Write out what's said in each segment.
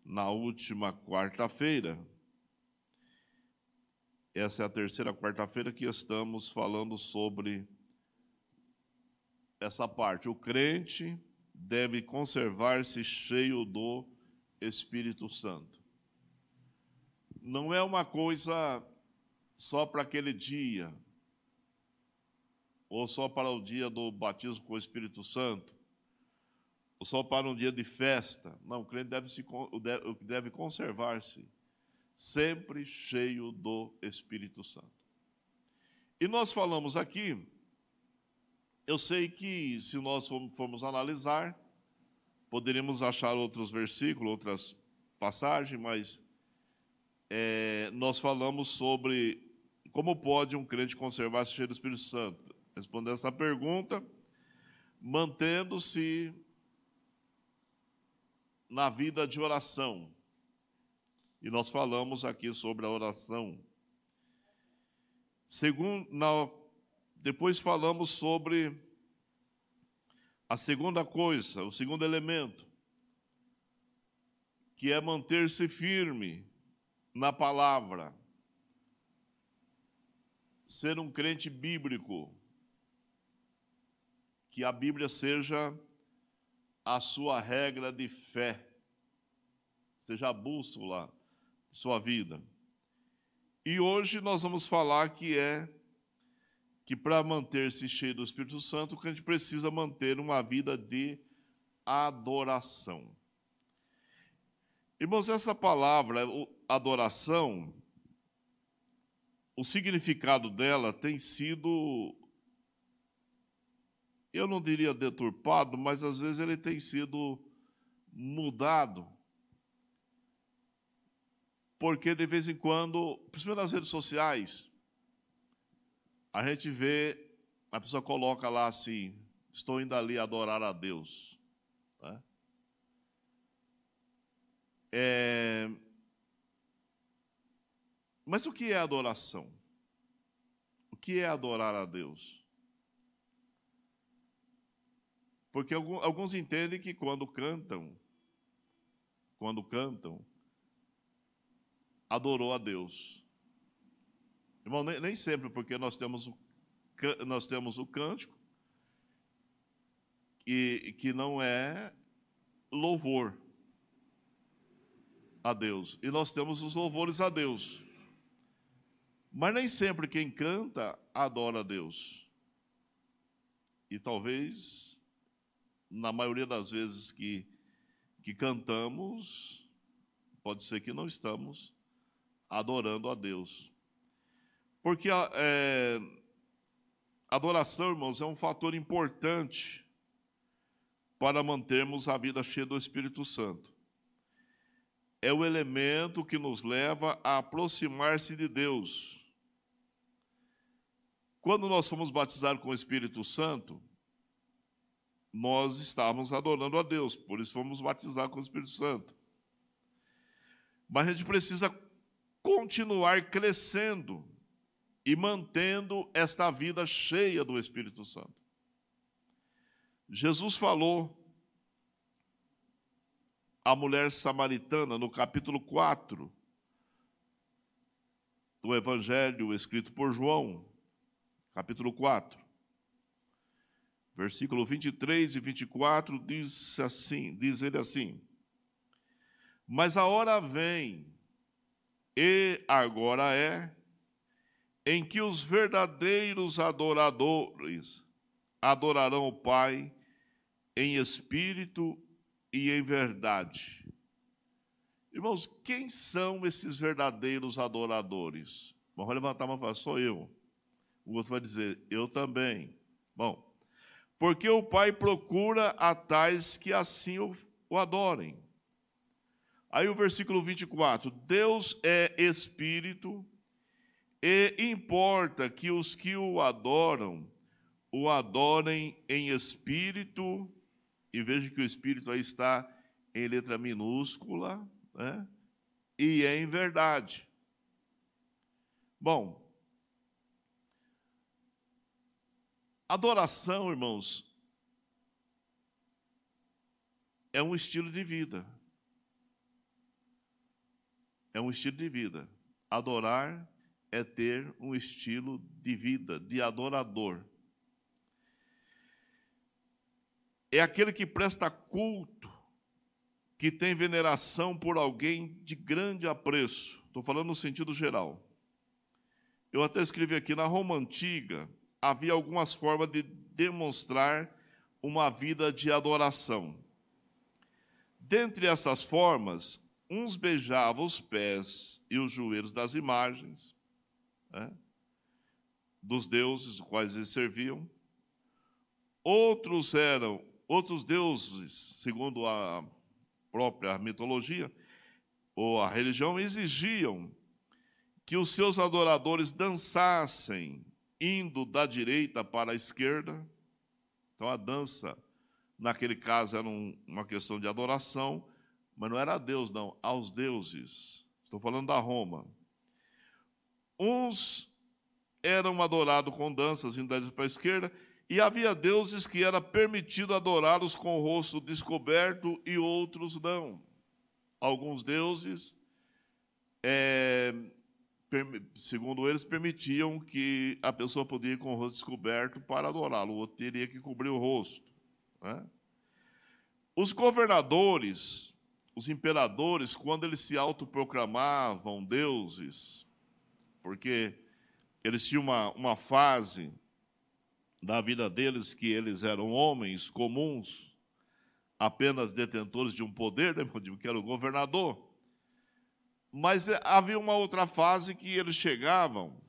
na última quarta-feira. Essa é a terceira quarta-feira que estamos falando sobre essa parte. O crente deve conservar-se cheio do Espírito Santo. Não é uma coisa só para aquele dia, ou só para o dia do batismo com o Espírito Santo, ou só para um dia de festa. Não, o crente deve conservar-se sempre cheio do Espírito Santo. E nós falamos aqui, eu sei que se nós formos analisar, poderíamos achar outros versículos, outras passagens, mas nós falamos sobre como pode um crente conservar-se cheio do Espírito Santo. Respondendo essa pergunta, mantendo-se na vida de oração. E nós falamos aqui sobre a oração. Depois falamos sobre a segunda coisa, o segundo elemento, que é manter-se firme na palavra. Ser um crente bíblico. Que a Bíblia seja a sua regra de fé. Seja a bússola de sua vida. E hoje nós vamos falar que para manter-se cheio do Espírito Santo, o crente precisa manter uma vida de adoração. Irmãos, essa palavra, adoração, o significado dela tem sido, eu não diria deturpado, mas às vezes ele tem sido mudado. Porque de vez em quando, principalmente nas redes sociais, a gente vê, a pessoa coloca lá assim, estou indo ali adorar a Deus. Né? Mas o que é adoração? O que é adorar a Deus? Porque alguns entendem que quando cantam, adorou a Deus. Irmão, nem sempre, porque nós temos o cântico, que não é louvor a Deus. E nós temos os louvores a Deus. Mas nem sempre quem canta adora a Deus. E talvez, na maioria das vezes que cantamos, pode ser que não estamos adorando a Deus. Porque a adoração, irmãos, é um fator importante para mantermos a vida cheia do Espírito Santo. É o elemento que nos leva a aproximar-se de Deus. Quando nós fomos batizados com o Espírito Santo, nós estávamos adorando a Deus, por isso fomos batizados com o Espírito Santo. Mas a gente precisa continuar crescendo e mantendo esta vida cheia do Espírito Santo. Jesus falou à mulher samaritana no capítulo 4 do Evangelho escrito por João, capítulo 4, versículo 23 e 24, diz ele assim: mas a hora vem, e agora é, em que os verdadeiros adoradores adorarão o Pai em espírito e em verdade. Irmãos, quem são esses verdadeiros adoradores? Vamos levantar a mão e falar, sou eu. O outro vai dizer, eu também. Bom, porque o Pai procura a tais que assim o adorem. Aí o versículo 24, Deus é espírito, e importa que os que o adorem em espírito, e veja que o espírito aí está em letra minúscula, né? E em verdade. Bom, adoração, irmãos, é um estilo de vida. é um estilo de vida. Adorar é ter um estilo de vida, de adorador. É aquele que presta culto, que tem veneração por alguém de grande apreço. Estou falando no sentido geral. Eu até escrevi aqui, na Roma Antiga, havia algumas formas de demonstrar uma vida de adoração. Dentre essas formas, uns beijavam os pés e os joelhos das imagens, né, dos deuses os quais eles serviam. Outros deuses, segundo a própria mitologia ou a religião, exigiam que os seus adoradores dançassem, indo da direita para a esquerda. Então, a dança, naquele caso, era uma questão de adoração, mas não era a Deus, não, aos deuses. Estou falando da Roma. Uns eram adorados com danças, indo da direita para a esquerda, e havia deuses que era permitido adorá-los com o rosto descoberto e outros não. Alguns deuses, segundo eles, permitiam que a pessoa podia ir com o rosto descoberto para adorá-lo, o outro teria que cobrir o rosto, né? Os governadores, os imperadores, quando eles se autoproclamavam deuses, porque eles tinham uma fase da vida deles que eles eram homens comuns, apenas detentores de um poder, né, que era o governador. Mas havia uma outra fase que eles chegavam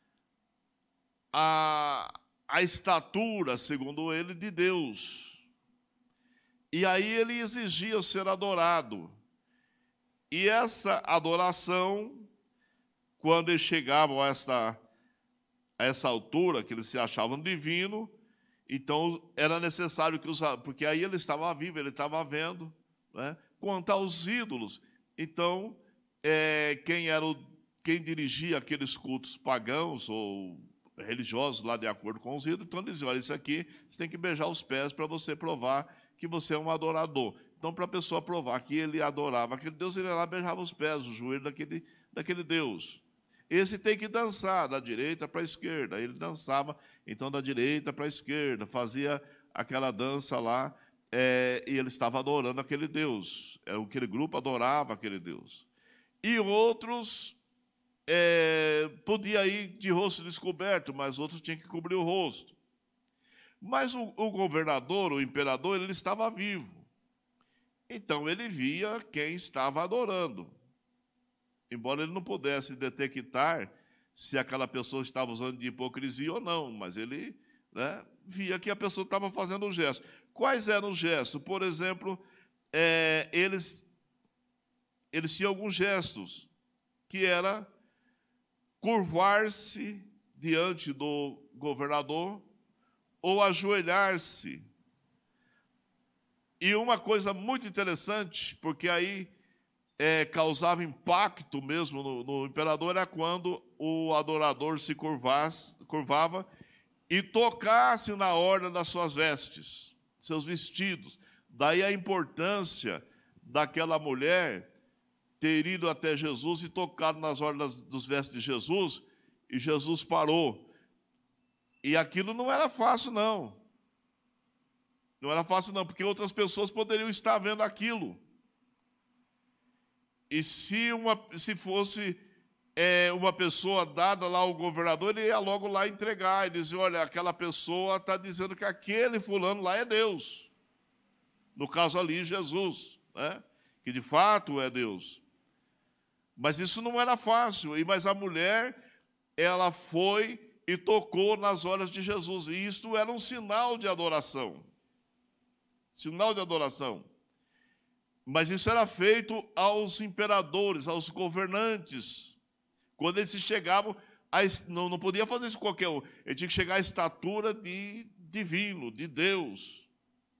à estatura, segundo ele, de Deus. E aí ele exigia ser adorado. E essa adoração, quando eles chegavam a essa altura, que eles se achavam divino, então era necessário porque aí ele estava vivo, ele estava vendo, né? Quanto aos ídolos, então, quem dirigia aqueles cultos pagãos ou religiosos lá de acordo com os ídolos, então eles diziam, olha, isso aqui, você tem que beijar os pés para você provar que você é um adorador. Então, para a pessoa provar que ele adorava aquele Deus, ele ia lá e beijava os pés, o joelho daquele Deus. Esse tem que dançar da direita para a esquerda. Ele dançava, então, da direita para a esquerda, fazia aquela dança lá, e ele estava adorando aquele Deus. Aquele grupo adorava aquele Deus. E outros podia ir de rosto descoberto, mas outros tinham que cobrir o rosto. Mas o governador, o imperador, ele estava vivo. Então, ele via quem estava adorando. Embora ele não pudesse detectar se aquela pessoa estava usando de hipocrisia ou não, mas ele, né, via que a pessoa estava fazendo um gesto. Quais eram os gestos? Por exemplo, eles tinham alguns gestos, que era curvar-se diante do governador ou ajoelhar-se. E uma coisa muito interessante, porque aí causava impacto mesmo no imperador, era quando o adorador se curvava e tocasse na orla das suas vestes, seus vestidos. Daí a importância daquela mulher ter ido até Jesus e tocado nas orlas dos vestes de Jesus, e Jesus parou. E aquilo não era fácil, não. Não era fácil, não, porque outras pessoas poderiam estar vendo aquilo. E se fosse uma pessoa dada lá ao governador, ele ia logo lá entregar e dizer, olha, aquela pessoa está dizendo que aquele fulano lá é Deus. No caso ali, Jesus, né? Que de fato é Deus. Mas isso não era fácil. Mas a mulher, ela foi e tocou nas orlas de Jesus. E isto era um sinal de adoração. Sinal de adoração. Mas isso era feito aos imperadores, aos governantes. Quando eles chegavam, não podia fazer isso qualquer um. Ele tinha que chegar à estatura de divino, de Deus.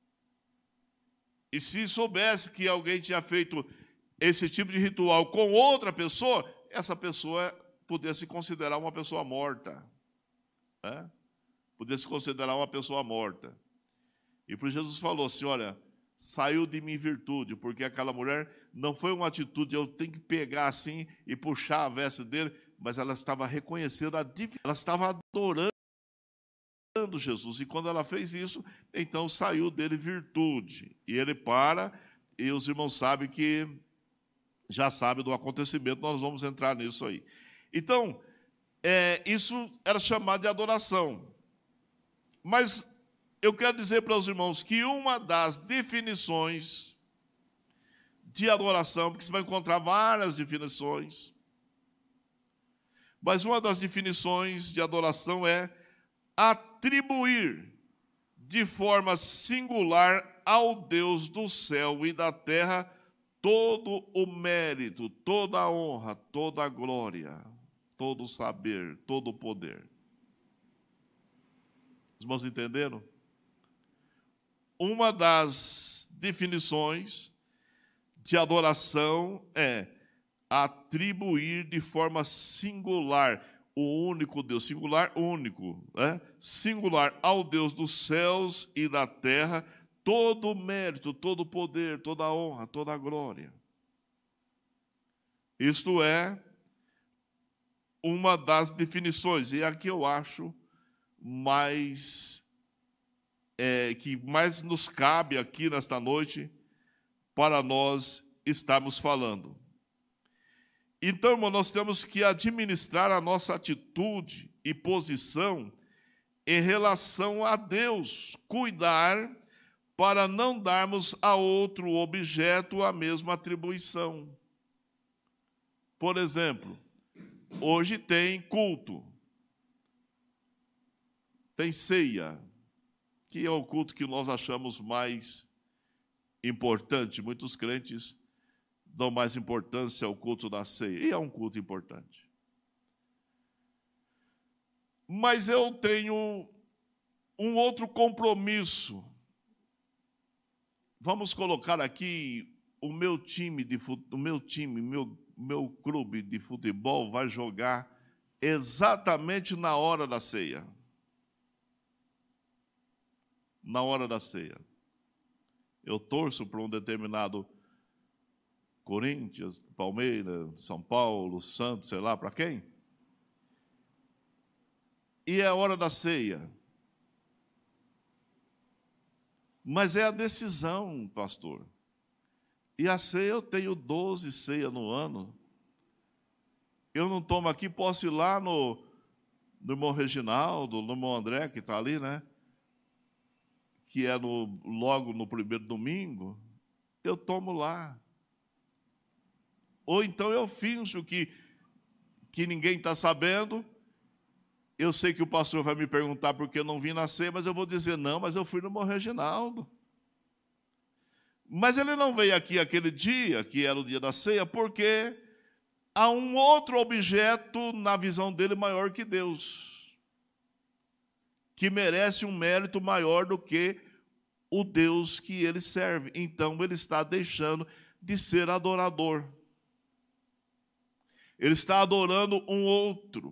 E se soubesse que alguém tinha feito esse tipo de ritual com outra pessoa, essa pessoa podia se considerar uma pessoa morta. Podia se considerar uma pessoa morta. E por isso Jesus falou assim, olha, saiu de mim virtude, porque aquela mulher não foi uma atitude, eu tenho que pegar assim e puxar a veste dele, mas ela estava reconhecendo a divindade, ela estava adorando Jesus, e quando ela fez isso, então saiu dele virtude, e ele para, e os irmãos sabem que, já sabem do acontecimento, nós vamos entrar nisso aí. Então, isso era chamado de adoração, mas eu quero dizer para os irmãos que uma das definições de adoração, porque você vai encontrar várias definições, mas uma das definições de adoração é atribuir de forma singular ao Deus do céu e da terra todo o mérito, toda a honra, toda a glória, todo o saber, todo o poder. Os irmãos entenderam? Uma das definições de adoração é atribuir de forma singular o único Deus, singular, único, singular ao Deus dos céus e da terra, todo o mérito, todo o poder, toda a honra, toda a glória. Isto é uma das definições, e aqui eu acho que mais nos cabe aqui nesta noite para nós estarmos falando. Então, irmão, nós temos que administrar a nossa atitude e posição em relação a Deus, cuidar para não darmos a outro objeto a mesma atribuição. Por exemplo, hoje tem culto, tem ceia, que é o culto que nós achamos mais importante. Muitos crentes dão mais importância ao culto da ceia, e é um culto importante. Mas eu tenho um outro compromisso. Vamos colocar aqui o meu clube de futebol vai jogar exatamente na hora da ceia. Na hora da ceia. Eu torço para um determinado Corinthians, Palmeiras, São Paulo, Santos, sei lá para quem. E é a hora da ceia. Mas é a decisão, pastor. E a ceia, eu tenho 12 ceias no ano. Eu não tomo aqui, posso ir lá no irmão Reginaldo, no irmão André, que está ali, né? Que é logo no primeiro domingo, eu tomo lá. Ou então eu finjo que ninguém está sabendo. Eu sei que o pastor vai me perguntar por que eu não vim na ceia, mas eu vou dizer, não, mas eu fui no irmão Reginaldo. Mas ele não veio aqui aquele dia, que era o dia da ceia, porque há um outro objeto na visão dele maior que Deus, que merece um mérito maior do que o Deus que ele serve. Então ele está deixando de ser adorador. Ele está adorando um outro.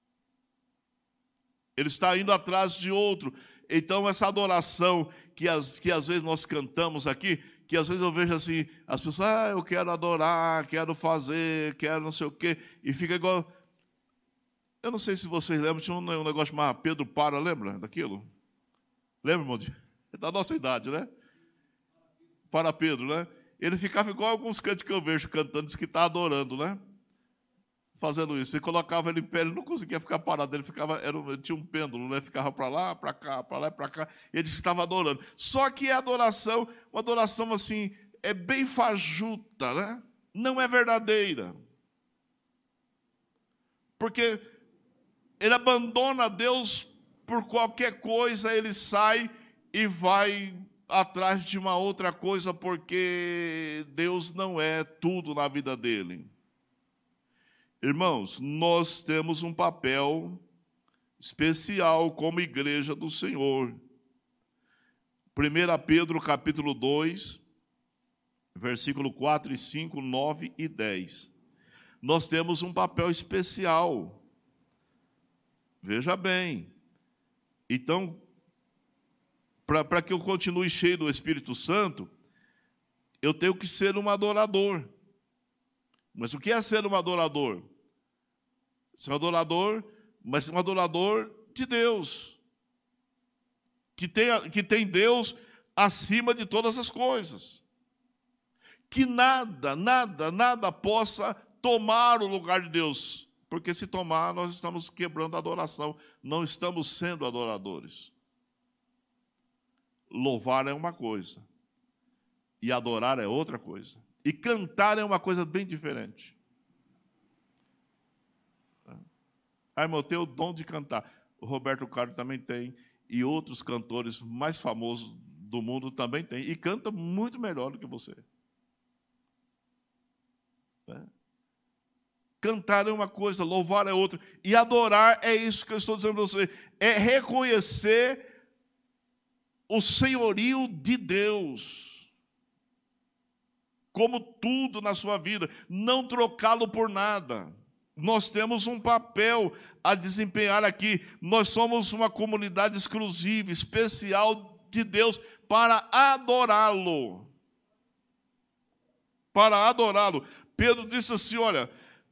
Ele está indo atrás de outro. Então essa adoração que às vezes nós cantamos aqui, que às vezes eu vejo assim, as pessoas, eu quero adorar, quero fazer, quero não sei o quê, e fica igual. Eu não sei se vocês lembram, tinha um negócio chamado Pedro Para, lembra daquilo? Lembra, irmão? Da nossa idade, né? Para Pedro, né? Ele ficava igual alguns cantos que eu vejo cantando, diz que está adorando, né? Fazendo isso. Ele colocava ele em pé, ele não conseguia ficar parado, ele tinha um pêndulo, né? Ficava para lá, para cá, para lá e para cá. E ele disse que estava adorando. Só que a adoração, uma adoração assim, é bem fajuta, né? Não é verdadeira. Porque ele abandona Deus por qualquer coisa, ele sai e vai atrás de uma outra coisa, porque Deus não é tudo na vida dele. Irmãos, nós temos um papel especial como igreja do Senhor. 1 Pedro capítulo 2, versículo 4 e 5, 9 e 10. Nós temos um papel especial. Veja bem. Então, para que eu continue cheio do Espírito Santo, eu tenho que ser um adorador. Mas o que é ser um adorador? Ser um adorador, mas um adorador de Deus, que tem Deus acima de todas as coisas. Que nada possa tomar o lugar de Deus, porque se tomar, nós estamos quebrando a adoração, não estamos sendo adoradores. Louvar é uma coisa, e adorar é outra coisa. E cantar é uma coisa bem diferente. Irmão, eu tenho o dom de cantar. O Roberto Carlos também tem, e outros cantores mais famosos do mundo também tem, e canta muito melhor do que você. Cantar é uma coisa, louvar é outra, e adorar é isso que eu estou dizendo para você, é reconhecer o senhorio de Deus como tudo na sua vida, não trocá-lo por nada. Nós temos um papel a desempenhar aqui. Nós somos uma comunidade exclusiva, especial de Deus para adorá-lo. Para adorá-lo. Pedro disse assim, olha,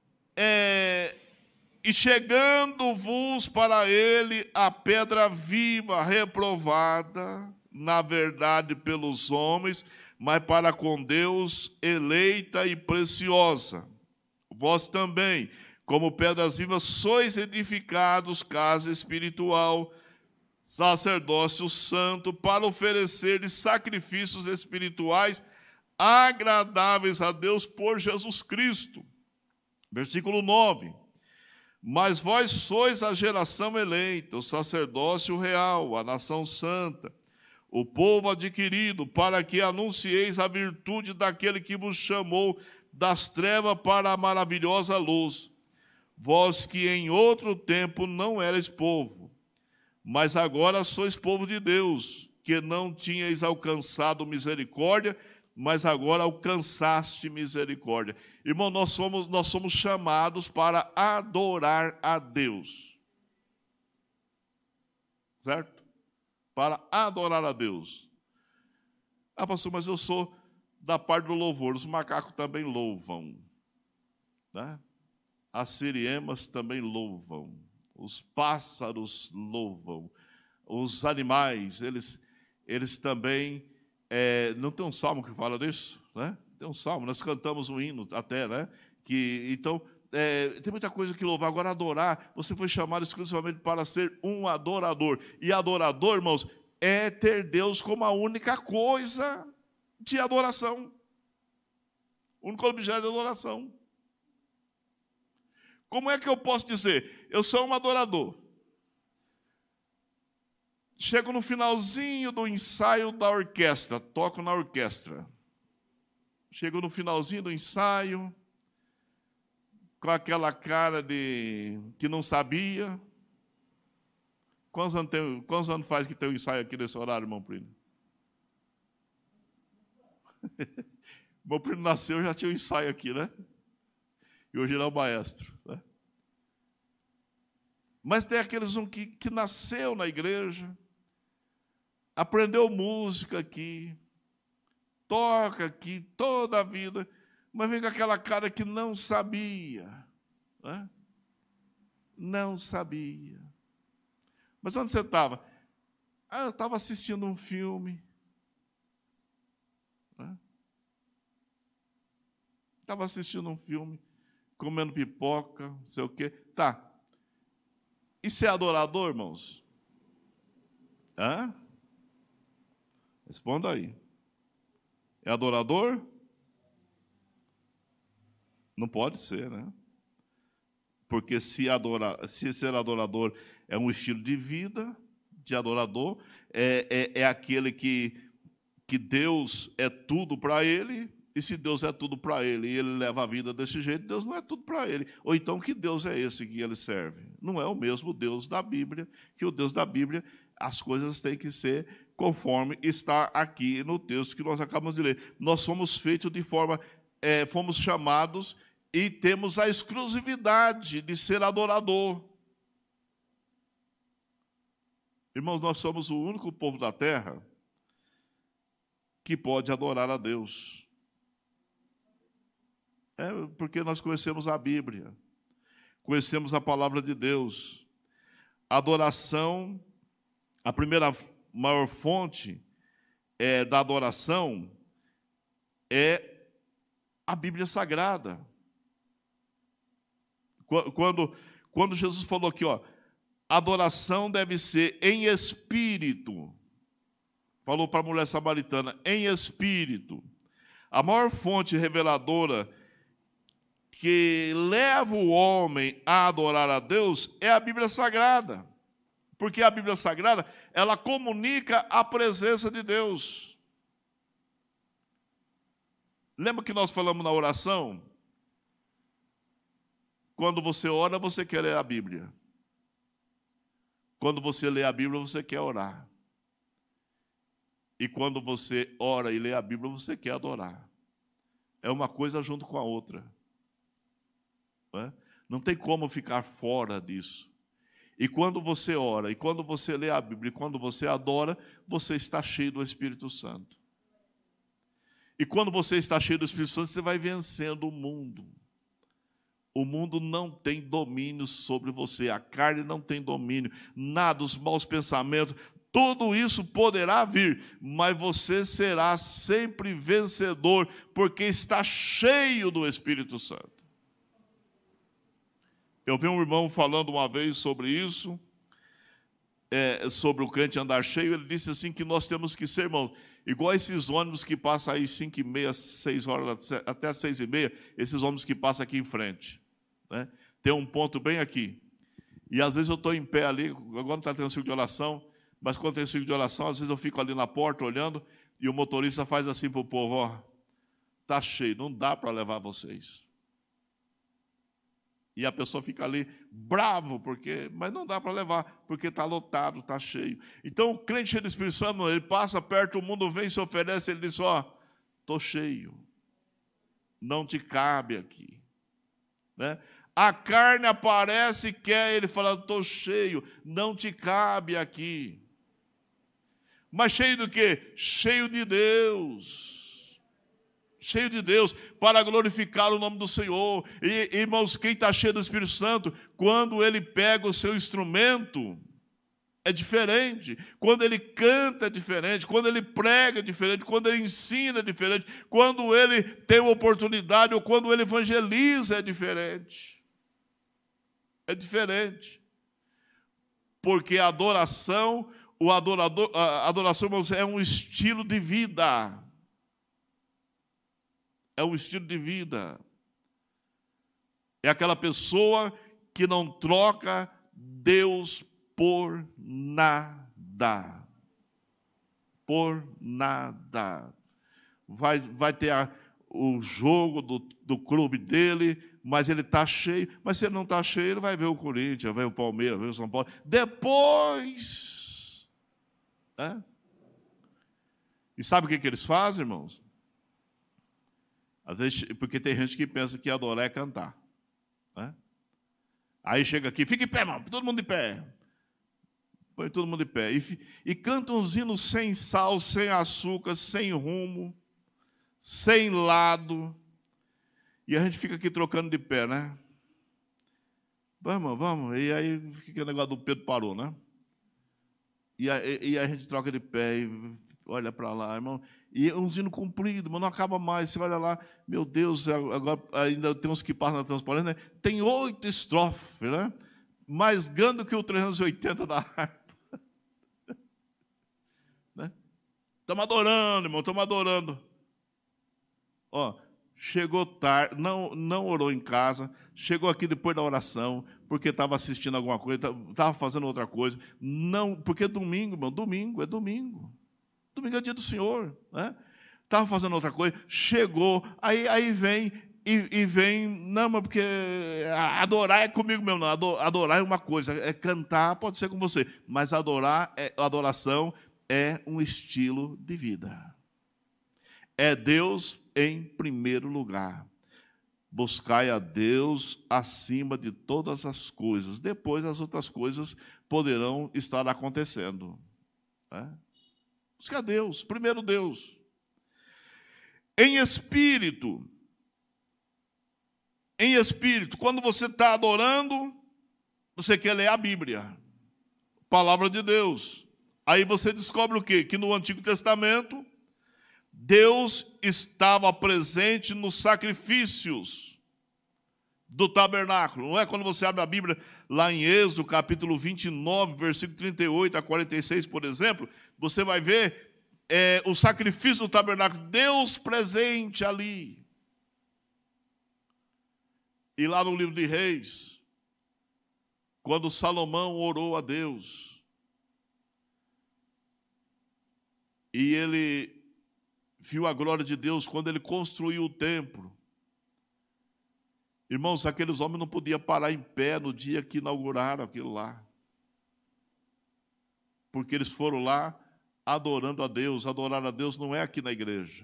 e chegando-vos para ele a pedra viva, reprovada, na verdade pelos homens, mas para com Deus eleita e preciosa. Vós também, como pedras vivas, sois edificados casa espiritual, sacerdócio santo, para oferecer sacrifícios espirituais agradáveis a Deus por Jesus Cristo. Versículo 9. Mas vós sois a geração eleita, o sacerdócio real, a nação santa, o povo adquirido, para que anuncieis a virtude daquele que vos chamou das trevas para a maravilhosa luz. Vós que em outro tempo não erais povo, mas agora sois povo de Deus, que não tinhais alcançado misericórdia, mas agora alcançaste misericórdia. Irmão, nós somos chamados para adorar a Deus. Certo? Para adorar a Deus. Ah, pastor, mas eu sou da parte do louvor. Os macacos também louvam. Né? As siriemas também louvam. Os pássaros louvam. Os animais, eles também... não tem um salmo que fala disso? Né? Tem um salmo, nós cantamos um hino até, né? Então, tem muita coisa que louvar. Agora, adorar, você foi chamado exclusivamente para ser um adorador. E adorador, irmãos, é ter Deus como a única coisa de adoração. O único objeto de adoração. Como é que eu posso dizer? Eu sou um adorador. Chego no finalzinho do ensaio da orquestra, toco na orquestra. Chego no finalzinho do ensaio, com aquela cara de que não sabia. Quantos anos faz que tem um ensaio aqui nesse horário, irmão Primo? Meu primo nasceu, já tinha um ensaio aqui, né? E hoje ele é o maestro. Né? Mas tem aqueles que nasceu na igreja, aprendeu música aqui, toca aqui toda a vida, mas vem com aquela cara que não sabia. Né? Não sabia. Mas onde você estava? Ah, eu estava assistindo um filme. Né? Estava assistindo um filme, comendo pipoca, não sei o quê. Tá. Isso é adorador, irmãos? Hã? Responda aí. É adorador? Não pode ser, né? Porque se ser adorador é um estilo de vida, de adorador, é aquele que Deus é tudo para ele, e se Deus é tudo para ele e ele leva a vida desse jeito, Deus não é tudo para ele. Ou então, que Deus é esse que ele serve? Não é o mesmo Deus da Bíblia, que o Deus da Bíblia, as coisas têm que ser conforme está aqui no texto que nós acabamos de ler. Nós somos feitos de forma, fomos chamados e temos a exclusividade de ser adorador. Irmãos, nós somos o único povo da terra que pode adorar a Deus. Porque nós conhecemos a Bíblia, conhecemos a palavra de Deus. A adoração, a primeira maior fonte da adoração é a Bíblia Sagrada. Quando Jesus falou aqui, adoração deve ser em espírito. Falou para a mulher samaritana, em espírito. A maior fonte reveladora que leva o homem a adorar a Deus é a Bíblia Sagrada. Porque a Bíblia Sagrada, ela comunica a presença de Deus. Lembra que nós falamos na oração? Quando você ora, você quer ler a Bíblia. Quando você lê a Bíblia, você quer orar. E quando você ora e lê a Bíblia, você quer adorar. É uma coisa junto com a outra. Não tem como ficar fora disso. E quando você ora, e quando você lê a Bíblia, e quando você adora, você está cheio do Espírito Santo. E quando você está cheio do Espírito Santo, você vai vencendo o mundo. O mundo não tem domínio sobre você, a carne não tem domínio, nada, os maus pensamentos, tudo isso poderá vir, mas você será sempre vencedor, porque está cheio do Espírito Santo. Eu vi um irmão falando uma vez sobre isso, sobre o crente andar cheio. Ele disse assim que nós temos que ser, irmãos, igual esses ônibus que passam aí 5h30, 6 horas, até 6h30, esses ônibus que passam aqui em frente. Tem um ponto bem aqui. E às vezes eu estou em pé ali, agora não está tendo ciclo de oração, mas quando tem ciclo de oração, às vezes eu fico ali na porta olhando, e o motorista faz assim para o povo, está cheio, não dá para levar vocês. E a pessoa fica ali bravo, mas não dá para levar, porque está lotado, está cheio. Então o crente cheio do Espírito Santo, ele passa perto, o mundo vem, se oferece, ele diz, estou cheio, não te cabe aqui. A carne aparece e quer, ele fala, estou cheio, não te cabe aqui. Mas cheio do quê? Cheio de Deus. Cheio de Deus, para glorificar o nome do Senhor. E, irmãos, quem está cheio do Espírito Santo, quando ele pega o seu instrumento, é diferente. Quando ele canta, é diferente. Quando ele prega, é diferente. Quando ele ensina, é diferente. Quando ele tem uma oportunidade, ou quando ele evangeliza, é diferente. É diferente. Porque a adoração, a adoração, irmãos, é um estilo de vida. É um estilo de vida. É aquela pessoa que não troca Deus por nada. Por nada. Vai ter o jogo do clube dele, mas ele está cheio. Mas se ele não está cheio, ele vai ver o Corinthians, vai ver o Palmeiras, vai ver o São Paulo. Depois. E sabe o que eles fazem, irmãos? Às vezes, porque tem gente que pensa que adorar é cantar. Aí chega aqui, fica em pé, irmão, todo mundo de pé. Põe todo mundo de pé. E canta uns hinos sem sal, sem açúcar, sem rumo, sem lado. E a gente fica aqui trocando de pé, né? Vamos. E aí fica o negócio do Pedro parou, né? E a gente troca de pé e olha para lá, irmão. E uns hinos compridos, mas não acaba mais. Você olha lá, meu Deus, agora ainda tem uns que passam na transparência, né? Tem 8 estrofes, né? Mais grande que o 380 da harpa. Né? Estamos adorando, irmão, estamos adorando. Chegou tarde, não orou em casa, chegou aqui depois da oração, porque estava assistindo alguma coisa, estava fazendo outra coisa. Não, porque domingo, irmão, domingo é domingo. Domingo é dia do Senhor, né? Estava fazendo outra coisa, chegou, aí vem, e vem, não, mas porque adorar é comigo mesmo, não. Adorar é uma coisa, cantar pode ser com você, mas adoração é um estilo de vida. É Deus em primeiro lugar. Buscai a Deus acima de todas as coisas, depois as outras coisas poderão estar acontecendo, né? Busca Deus, primeiro Deus. Em espírito. em espírito. Quando você está adorando, você quer ler a Bíblia, palavra de Deus. Aí você descobre o quê? Que no Antigo Testamento, Deus estava presente nos sacrifícios do tabernáculo. Não é? Quando você abre a Bíblia, lá em Êxodo, capítulo 29, versículo 38 a 46, por exemplo, você vai ver o sacrifício do tabernáculo, Deus presente ali. E lá no livro de Reis, quando Salomão orou a Deus, e ele viu a glória de Deus quando ele construiu o templo. Irmãos, aqueles homens não podiam parar em pé no dia que inauguraram aquilo lá. Porque eles foram lá adorando a Deus. Adorar a Deus não é aqui na igreja.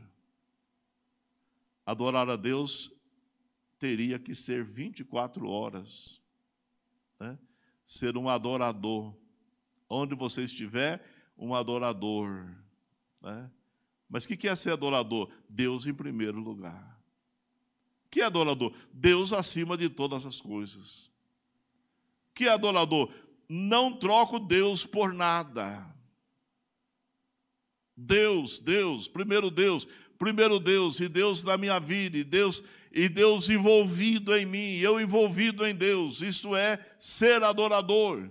Adorar a Deus teria que ser 24 horas. Né? Ser um adorador. Onde você estiver, um adorador. Né? Mas o que é ser adorador? Deus em primeiro lugar. O que é adorador? Deus acima de todas as coisas. O que é adorador? Não troco Deus por nada. Deus, primeiro Deus, e Deus na minha vida, e Deus envolvido em mim, eu envolvido em Deus. Isso é ser adorador.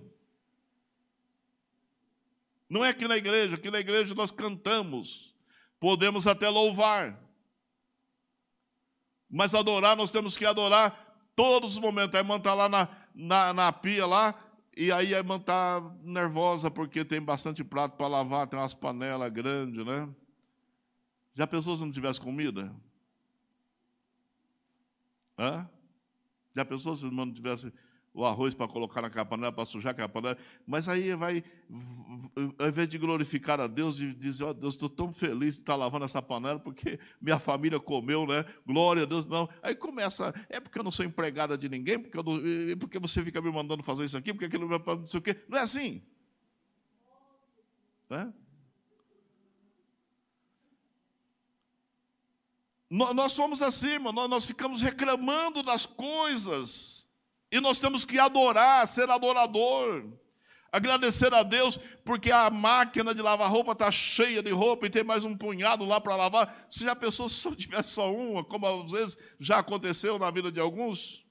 Não é aqui na igreja nós cantamos, podemos até louvar, mas adorar, nós temos que adorar todos os momentos. A irmã está lá na pia lá, e aí a irmã está nervosa porque tem bastante prato para lavar, tem umas panelas grandes, né? Já pensou se não tivesse comida? Hã? Já pensou se a irmã não tivesse o arroz para colocar naquela panela, para sujar aquela panela? Mas aí vai, ao invés de glorificar a Deus, de dizer, ó Deus, estou tão feliz de estar lavando essa panela, porque minha família comeu, né? Glória a Deus, não. Aí começa, é porque eu não sou empregada de ninguém, porque você fica me mandando fazer isso aqui, porque aquilo não sei o quê. Não é assim. Né? Nós somos assim, irmão, nós ficamos reclamando das coisas. E nós temos que adorar, ser adorador. Agradecer a Deus, porque a máquina de lavar roupa está cheia de roupa e tem mais um punhado lá para lavar. Você já pensou se só tivesse só uma, como às vezes já aconteceu na vida de alguns?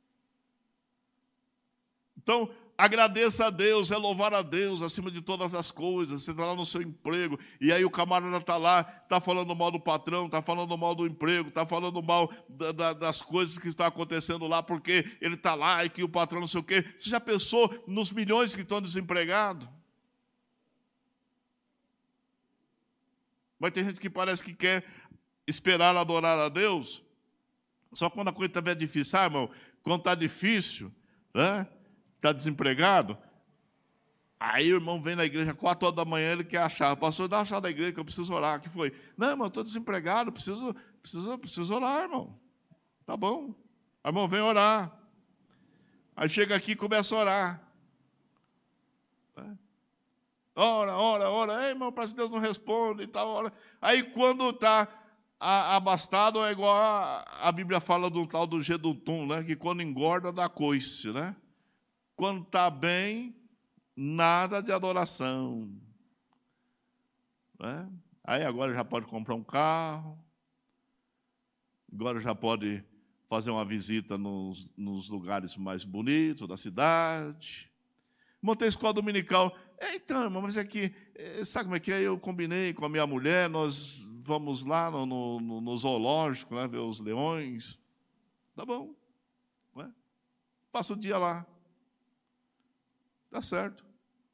Então, agradeça a Deus, é louvar a Deus acima de todas as coisas. Você está lá no seu emprego, e aí o camarada está lá, está falando mal do patrão, está falando mal do emprego, está falando mal das coisas que estão acontecendo lá, porque ele está lá e que o patrão não sei o quê. Você já pensou nos milhões que estão desempregados? Mas tem gente que parece que quer esperar adorar a Deus, só quando a coisa estiver difícil. Irmão, quando está difícil, né? Está desempregado, aí o irmão vem na igreja 4 horas da manhã, ele quer achar, pastor, dá uma chave da igreja que eu preciso orar. O que foi? Não, irmão, estou desempregado, preciso orar, irmão. Tá bom. Aí, irmão, vem orar. Aí chega aqui e começa a orar. Ora. Ei, irmão, parece que Deus não responde e tal. Ora. Aí quando está abastado, é igual a Bíblia fala do tal do Gedutum, né? Que quando engorda dá coice, né? Quando está bem, nada de adoração. Né? Aí agora já pode comprar um carro, agora já pode fazer uma visita nos lugares mais bonitos da cidade. Montei escola dominical. Então, irmão, mas é que, sabe como é que é? Eu combinei com a minha mulher, nós vamos lá no zoológico, né, ver os leões. Tá bom. Né? Passa o dia lá. Tá certo.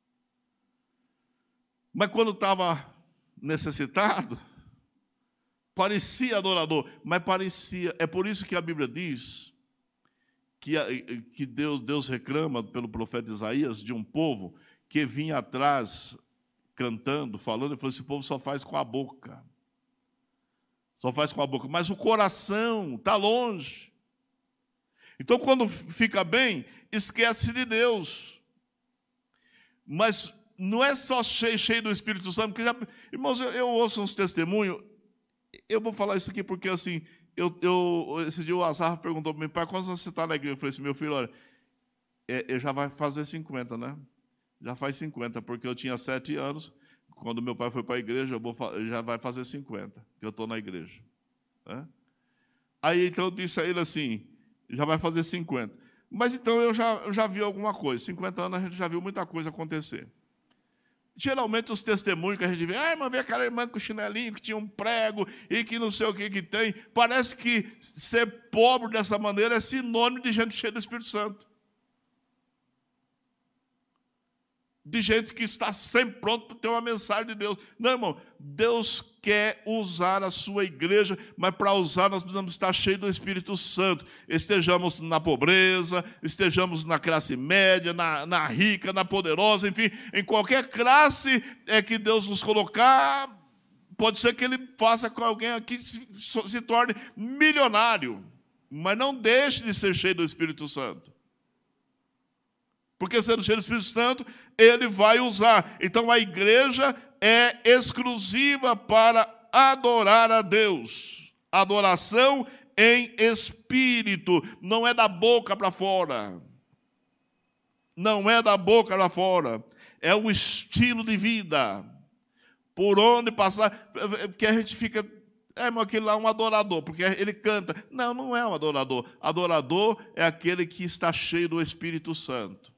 Mas quando estava necessitado, parecia adorador, mas parecia. É por isso que a Bíblia diz que Deus reclama pelo profeta Isaías de um povo que vinha atrás cantando, falando, e falou: esse povo só faz com a boca. Só faz com a boca, mas o coração está longe. Então, quando fica bem, esquece de Deus. Mas não é só cheio do Espírito Santo, porque irmãos, eu ouço uns testemunhos, eu vou falar isso aqui porque assim, esse dia o Azar perguntou para mim, pai, quantos anos você está na igreja? Eu falei assim, meu filho, olha, ele já vai fazer 50, né? Já faz 50, porque eu tinha 7 anos, quando meu pai foi para a igreja, já vai fazer 50, que eu estou na igreja. Né? Aí, então, eu disse a ele assim, já vai fazer 50. Mas, então, eu já vi alguma coisa. 50 anos, a gente já viu muita coisa acontecer. Geralmente, os testemunhos que a gente vê, mas vê aquela irmã com chinelinho, que tinha um prego, e que não sei o que tem. Parece que ser pobre dessa maneira é sinônimo de gente cheia do Espírito Santo. De gente que está sempre pronto para ter uma mensagem de Deus. Não, irmão, Deus quer usar a sua igreja, mas para usar nós precisamos estar cheios do Espírito Santo. Estejamos na pobreza, estejamos na classe média, na rica, na poderosa, enfim, em qualquer classe que Deus nos colocar, pode ser que Ele faça com alguém aqui se torne milionário, mas não deixe de ser cheio do Espírito Santo. Porque sendo cheio do Espírito Santo, Ele vai usar. Então a igreja é exclusiva para adorar a Deus. Adoração em espírito, não é da boca para fora. Não é da boca para fora. É o estilo de vida. Por onde passar, porque a gente fica... mas aquele lá é um adorador, porque ele canta. Não, não é um adorador. Adorador é aquele que está cheio do Espírito Santo.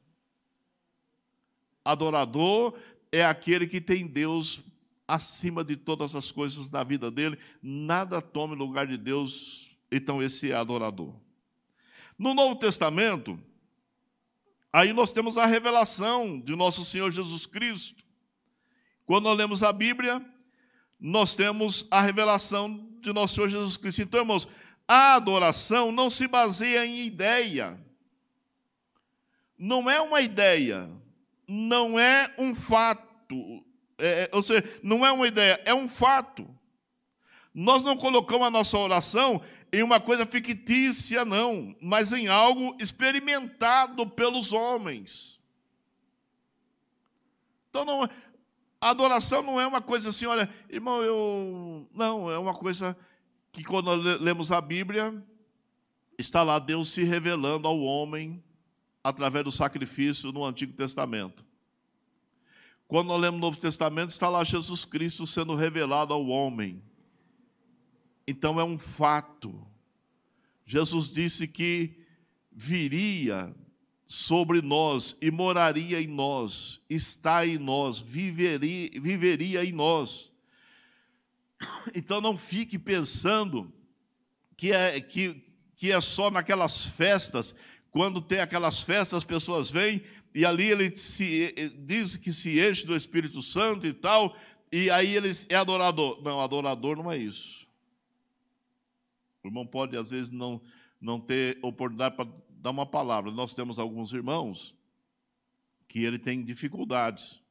Adorador é aquele que tem Deus acima de todas as coisas da vida dele. Nada tome lugar de Deus. Então esse é adorador. No Novo Testamento, aí nós temos a revelação de nosso Senhor Jesus Cristo. Quando nós lemos a Bíblia, nós temos a revelação de nosso Senhor Jesus Cristo. Então, irmãos, a adoração não se baseia em ideia. Não é uma ideia. Não é um fato, ou seja, não é uma ideia, é um fato. Nós não colocamos a nossa oração em uma coisa fictícia, não, mas em algo experimentado pelos homens. Então, a adoração não é uma coisa assim, olha, irmão, não, é uma coisa que quando nós lemos a Bíblia, está lá Deus se revelando ao homem, através do sacrifício no Antigo Testamento. Quando nós lemos o Novo Testamento, está lá Jesus Cristo sendo revelado ao homem. Então é um fato. Jesus disse que viria sobre nós e moraria em nós, está em nós, viveria em nós. Então não fique pensando que é só naquelas festas. Quando tem aquelas festas, as pessoas vêm e ali ele diz que se enche do Espírito Santo e tal, e aí ele é adorador. Não, adorador não é isso. O irmão pode, às vezes, não ter oportunidade para dar uma palavra. Nós temos alguns irmãos que ele tem dificuldades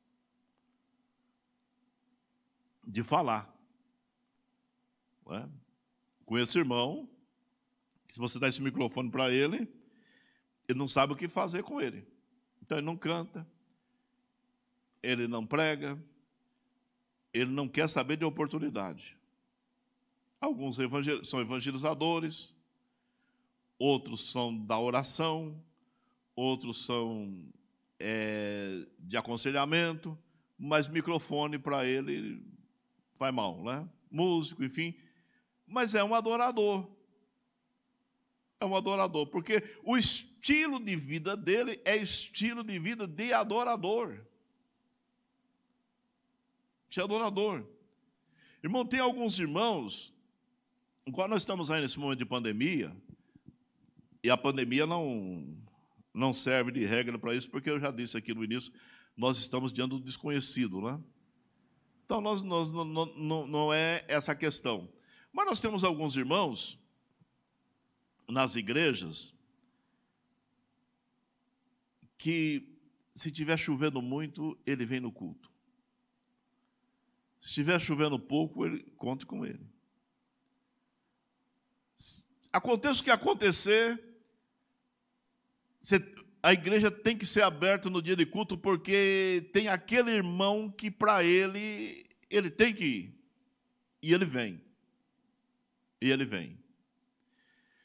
de falar. Não é? Com esse irmão, se você dá esse microfone para ele não sabe o que fazer com ele. Então, ele não canta, ele não prega, ele não quer saber de oportunidade. Alguns são evangelizadores, outros são da oração, outros são de aconselhamento, mas microfone para ele vai mal, né? Músico, enfim. Mas é um adorador. É um adorador, porque o estilo de vida dele é estilo de vida de adorador. De adorador. Irmão, tem alguns irmãos, igual nós estamos aí nesse momento de pandemia, e a pandemia não serve de regra para isso, porque eu já disse aqui no início, nós estamos diante do desconhecido, né? Então, não é essa a questão. Mas nós temos alguns irmãos nas igrejas que, se estiver chovendo muito, ele vem no culto. Se estiver chovendo pouco, conte com ele. Aconteça o que acontecer, a igreja tem que ser aberta no dia de culto, porque tem aquele irmão que, para ele tem que ir. E ele vem. E ele vem.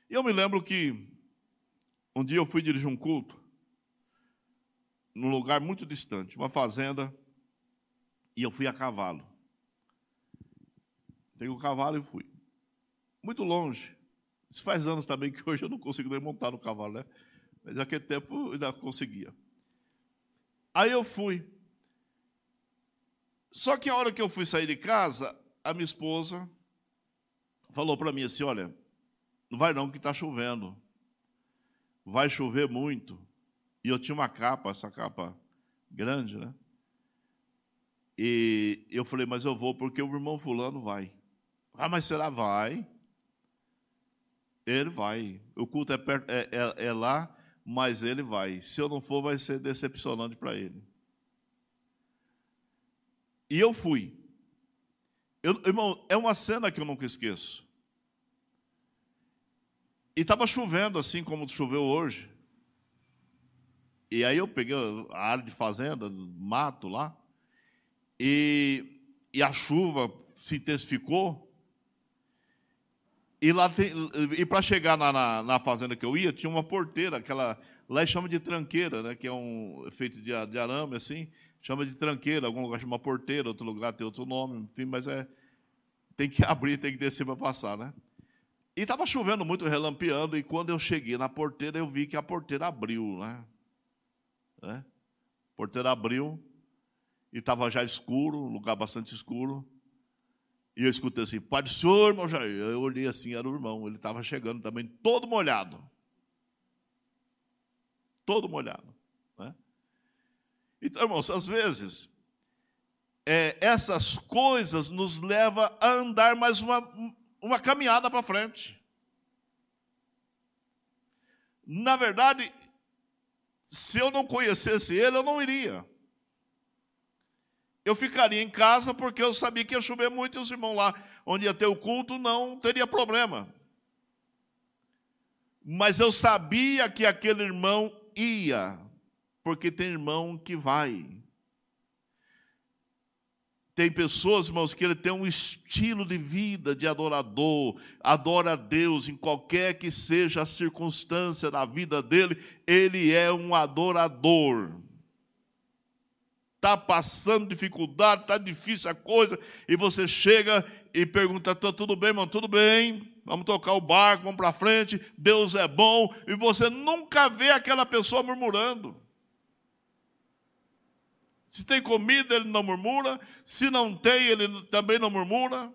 E eu me lembro que um dia eu fui dirigir um culto num lugar muito distante, uma fazenda, e eu fui a cavalo. Peguei o cavalo e fui. Muito longe. Isso faz anos também que hoje eu não consigo nem montar no cavalo, né? Mas naquele tempo eu ainda conseguia. Aí eu fui. Só que a hora que eu fui sair de casa, a minha esposa falou para mim assim, olha, não vai não que está chovendo. Vai chover muito. E eu tinha uma capa, essa capa grande, né? E eu falei, mas eu vou porque o irmão fulano vai. Ah, mas será? Vai. Ele vai. O culto é, perto, é lá, mas ele vai. Se eu não for, vai ser decepcionante para ele. E eu fui. Irmão, é uma cena que eu nunca esqueço. E estava chovendo, assim como choveu hoje. E aí eu peguei a área de fazenda, mato lá, e a chuva se intensificou. E para chegar na fazenda que eu ia, tinha uma porteira, aquela lá chama de tranqueira, né, que é feito de arame, assim, chama de tranqueira, algum lugar chama porteira, outro lugar tem outro nome, enfim, mas tem que abrir, tem que descer para passar, né? E estava chovendo muito, relampeando, e quando eu cheguei na porteira, eu vi que a porteira abriu, né? A porteira abriu, e estava já escuro, um lugar bastante escuro. E eu escutei assim, Pai do Senhor, irmão Jair. Eu olhei assim, era o irmão, ele estava chegando também, todo molhado. Todo molhado. Né? Então, irmãos, às vezes, essas coisas nos levam a andar mais uma caminhada para frente. Na verdade, se eu não conhecesse ele, eu não iria. Eu ficaria em casa porque eu sabia que ia chover muito e os irmãos lá, onde ia ter o culto, não teria problema. Mas eu sabia que aquele irmão ia, porque tem irmão que vai. Tem pessoas, irmãos, que ele tem um estilo de vida de adorador, adora a Deus em qualquer que seja a circunstância da vida dele, ele é um adorador. Está passando dificuldade, está difícil a coisa, e você chega e pergunta, tudo bem, irmão? Tudo bem, vamos tocar o barco, vamos para frente, Deus é bom, e você nunca vê aquela pessoa murmurando. Se tem comida, ele não murmura, se não tem, ele também não murmura.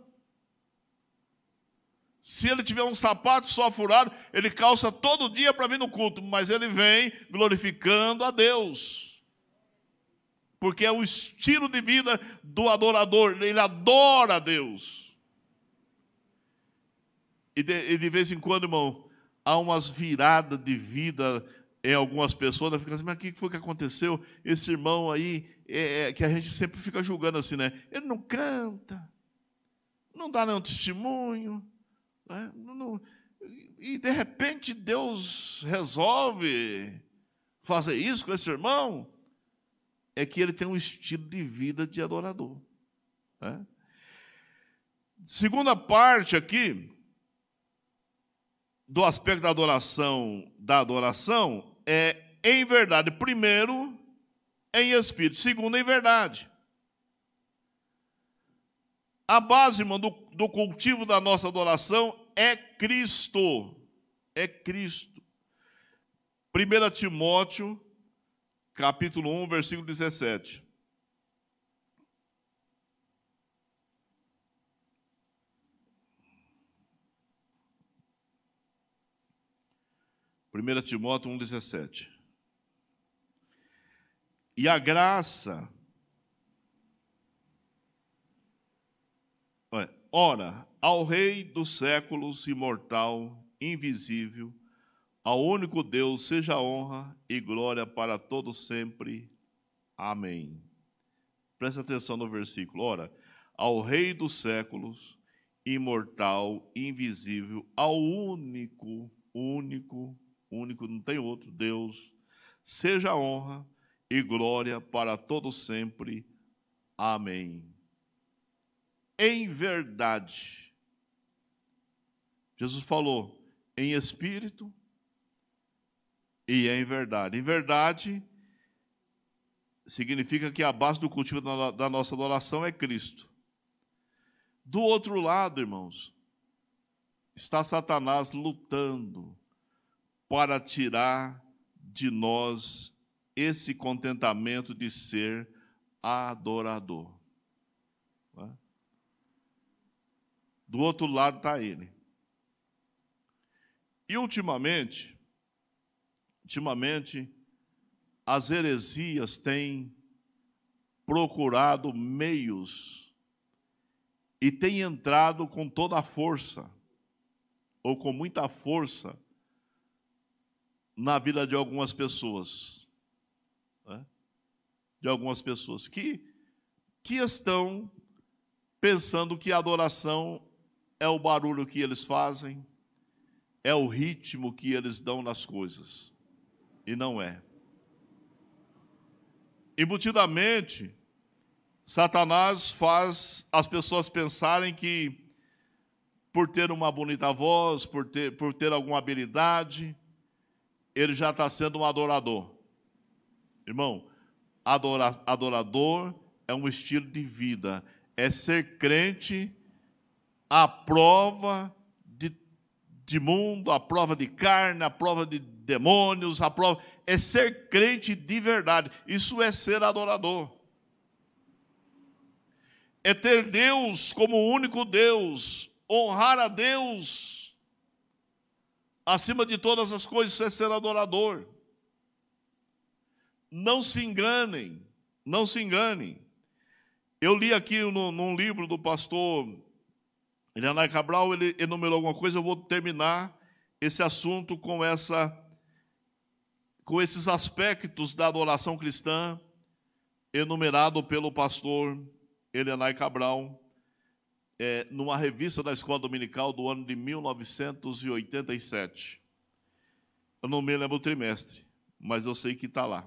Se ele tiver um sapato só furado, ele calça todo dia para vir no culto, mas ele vem glorificando a Deus. Porque é o estilo de vida do adorador, ele adora a Deus. E de vez em quando, irmão, há umas viradas de vida em algumas pessoas, fica assim, mas o que foi que aconteceu? Esse irmão aí, que a gente sempre fica julgando assim, né? Ele não canta, não dá nenhum testemunho, né? E de repente Deus resolve fazer isso com esse irmão. É que ele tem um estilo de vida de adorador. Né? Segunda parte aqui, do aspecto da adoração, é em verdade. Primeiro, em espírito. Segundo, em verdade. A base, irmão, do cultivo da nossa adoração é Cristo. É Cristo. 1 Timóteo, capítulo 1, versículo 17. Primeira Timóteo 1,17. E a graça, ora, ao Rei dos séculos, imortal, invisível, ao único Deus, seja honra e glória para todos sempre. Amém. Presta atenção no versículo. Ora, ao Rei dos séculos, imortal, invisível, ao único, não tem outro, Deus, seja honra e glória para todos sempre. Amém. Em verdade, Jesus falou, em espírito e em verdade. Em verdade significa que a base do cultivo da nossa adoração é Cristo. Do outro lado, irmãos, está Satanás lutando para tirar de nós esse contentamento de ser adorador. Do outro lado está ele. E ultimamente, as heresias têm procurado meios e têm entrado com toda a força, ou com muita força, na vida de algumas pessoas. De algumas pessoas que estão pensando que a adoração é o barulho que eles fazem, é o ritmo que eles dão nas coisas. E não é. Embutidamente, Satanás faz as pessoas pensarem que, por ter uma bonita voz, por ter alguma habilidade, ele já está sendo um adorador. Irmão, adorador é um estilo de vida, é ser crente à prova de mundo, à prova de carne, à prova de demônios, é ser crente de verdade. Isso é ser adorador. É ter Deus como o único Deus, honrar a Deus acima de todas as coisas, isso é ser adorador. Não se enganem, não se enganem. Eu li aqui num livro do pastor Elianai Cabral, ele enumerou alguma coisa, eu vou terminar esse assunto com esses aspectos da adoração cristã, enumerado pelo pastor Elianai Cabral, numa revista da Escola Dominical do ano de 1987. Eu não me lembro o trimestre, mas eu sei que está lá.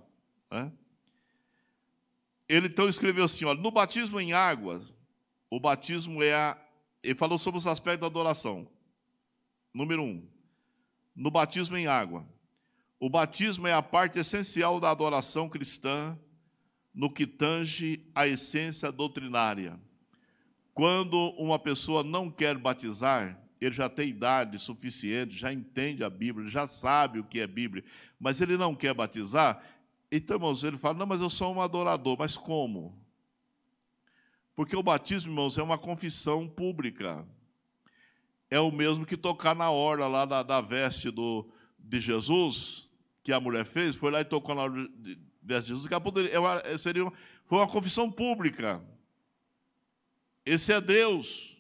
Ele então escreveu assim, olha, no batismo em águas, o batismo ele falou sobre os aspectos da adoração. Número 1, no batismo em água, o batismo é a parte essencial da adoração cristã no que tange a essência doutrinária. Quando uma pessoa não quer batizar, ele já tem idade suficiente, já entende a Bíblia, já sabe o que é Bíblia, mas ele não quer batizar, então, irmãos, ele fala, não, mas eu sou um adorador. Mas como? Porque o batismo, irmãos, é uma confissão pública. É o mesmo que tocar na orla lá da veste de Jesus, que a mulher fez, foi lá e tocou na orla de veste de Jesus, foi uma confissão pública. Esse é Deus.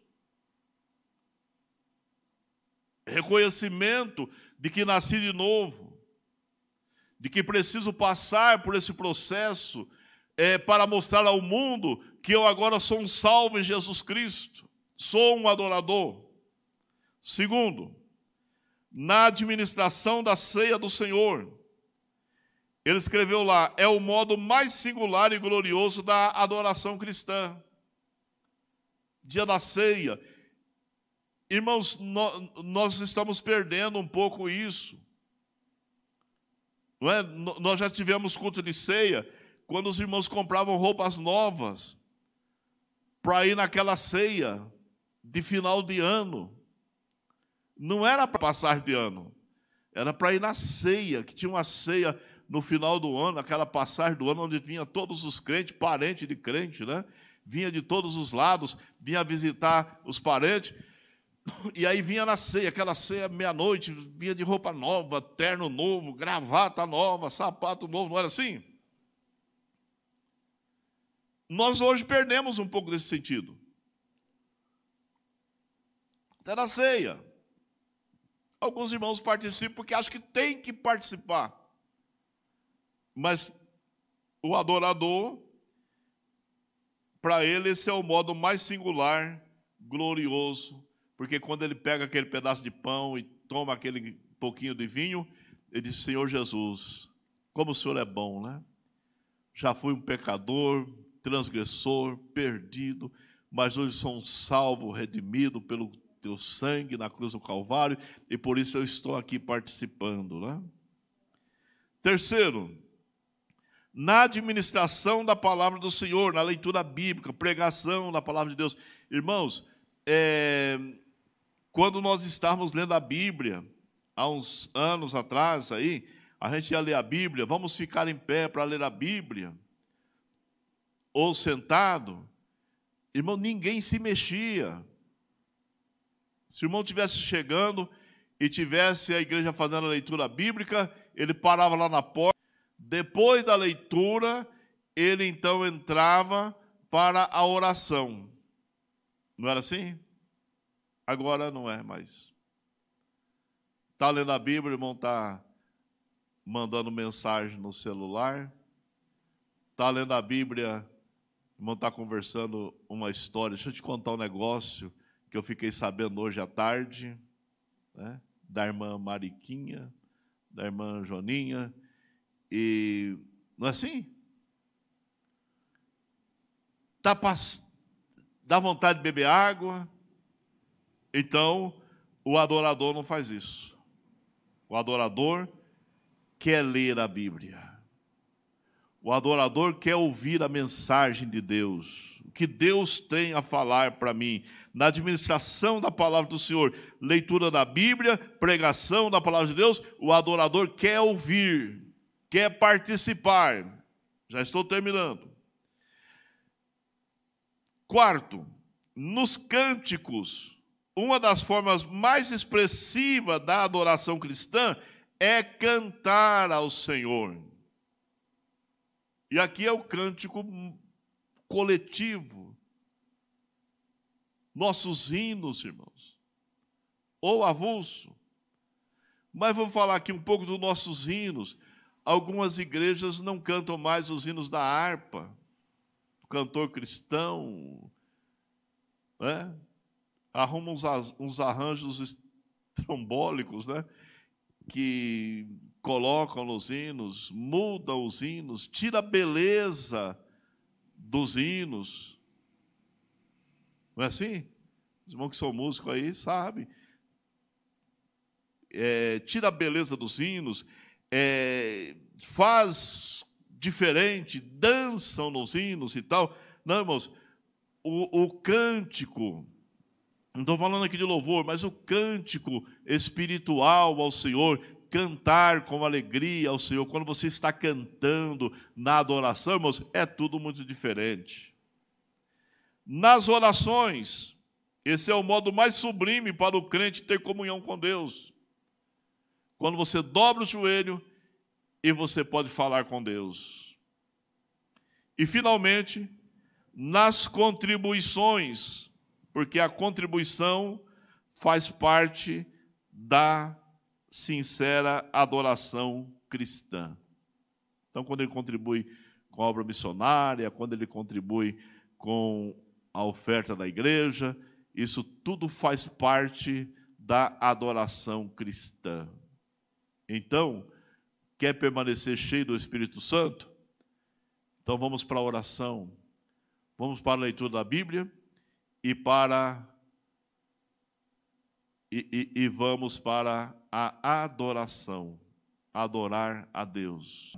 Reconhecimento de que nasci de novo, de que preciso passar por esse processo para mostrar ao mundo que eu agora sou um salvo em Jesus Cristo, sou um adorador. Segundo, na administração da ceia do Senhor, ele escreveu lá, é o modo mais singular e glorioso da adoração cristã. Dia da ceia. Irmãos, nós estamos perdendo um pouco isso. Não é? Nós já tivemos culto de ceia, quando os irmãos compravam roupas novas para ir naquela ceia de final de ano. Não era para passar de ano, era para ir na ceia, que tinha uma ceia no final do ano, aquela passagem do ano, onde vinha todos os crentes, parente de crente, né? Vinha de todos os lados, vinha visitar os parentes, e aí vinha na ceia, aquela ceia meia-noite, vinha de roupa nova, terno novo, gravata nova, sapato novo, não era assim? Nós hoje perdemos um pouco desse sentido. Até na ceia. Alguns irmãos participam porque acham que tem que participar. Mas o adorador, para ele, esse é o modo mais singular, glorioso, porque quando ele pega aquele pedaço de pão e toma aquele pouquinho de vinho, ele diz, Senhor Jesus, como o Senhor é bom, né? Já fui um pecador, transgressor, perdido, mas hoje sou um salvo, redimido pelo teu sangue na cruz do Calvário, e por isso eu estou aqui participando, né? Terceiro, na administração da palavra do Senhor, na leitura bíblica, pregação da palavra de Deus. Irmãos, quando nós estávamos lendo a Bíblia, há uns anos atrás, aí, a gente ia ler a Bíblia, vamos ficar em pé para ler a Bíblia, ou sentado, irmão, ninguém se mexia. Se o irmão estivesse chegando e tivesse a igreja fazendo a leitura bíblica, ele parava lá na porta. Depois da leitura, ele então entrava para a oração. Não era assim? Agora não é mais. Está lendo a Bíblia, o irmão está mandando mensagem no celular. Está lendo a Bíblia, o irmão está conversando uma história. Deixa eu te contar um negócio que eu fiquei sabendo hoje à tarde, né, da irmã Mariquinha, da irmã Joninha. E não é assim? Dá vontade de beber água. Então, o adorador não faz isso. O adorador quer ler a Bíblia. O adorador quer ouvir a mensagem de Deus. O que Deus tem a falar para mim. Na administração da palavra do Senhor, leitura da Bíblia, pregação da palavra de Deus, o adorador quer ouvir, quer participar. Já estou terminando. Quarto, nos cânticos, uma das formas mais expressivas da adoração cristã é cantar ao Senhor. E aqui é o cântico coletivo. Nossos hinos, irmãos, ou avulso. Mas vou falar aqui um pouco dos nossos hinos. Algumas igrejas não cantam mais os hinos da harpa, o cantor cristão, né? Arruma uns arranjos estrombólicos, né, que colocam nos hinos, mudam os hinos, tira a beleza dos hinos. Não é assim? Os irmãos que são músicos aí sabem. Tira a beleza dos hinos, faz diferente, dançam nos hinos e tal. Não, irmãos, o cântico, não estou falando aqui de louvor, mas o cântico espiritual ao Senhor, cantar com alegria ao Senhor, quando você está cantando na adoração, irmãos, é tudo muito diferente. Nas orações, esse é o modo mais sublime para o crente ter comunhão com Deus. Quando você dobra o joelho e você pode falar com Deus. E, finalmente, nas contribuições, porque a contribuição faz parte da sincera adoração cristã. Então, quando ele contribui com a obra missionária, quando ele contribui com a oferta da igreja, isso tudo faz parte da adoração cristã. Então, quer permanecer cheio do Espírito Santo? Então vamos para a oração, vamos para a leitura da Bíblia e vamos para a adoração, adorar a Deus.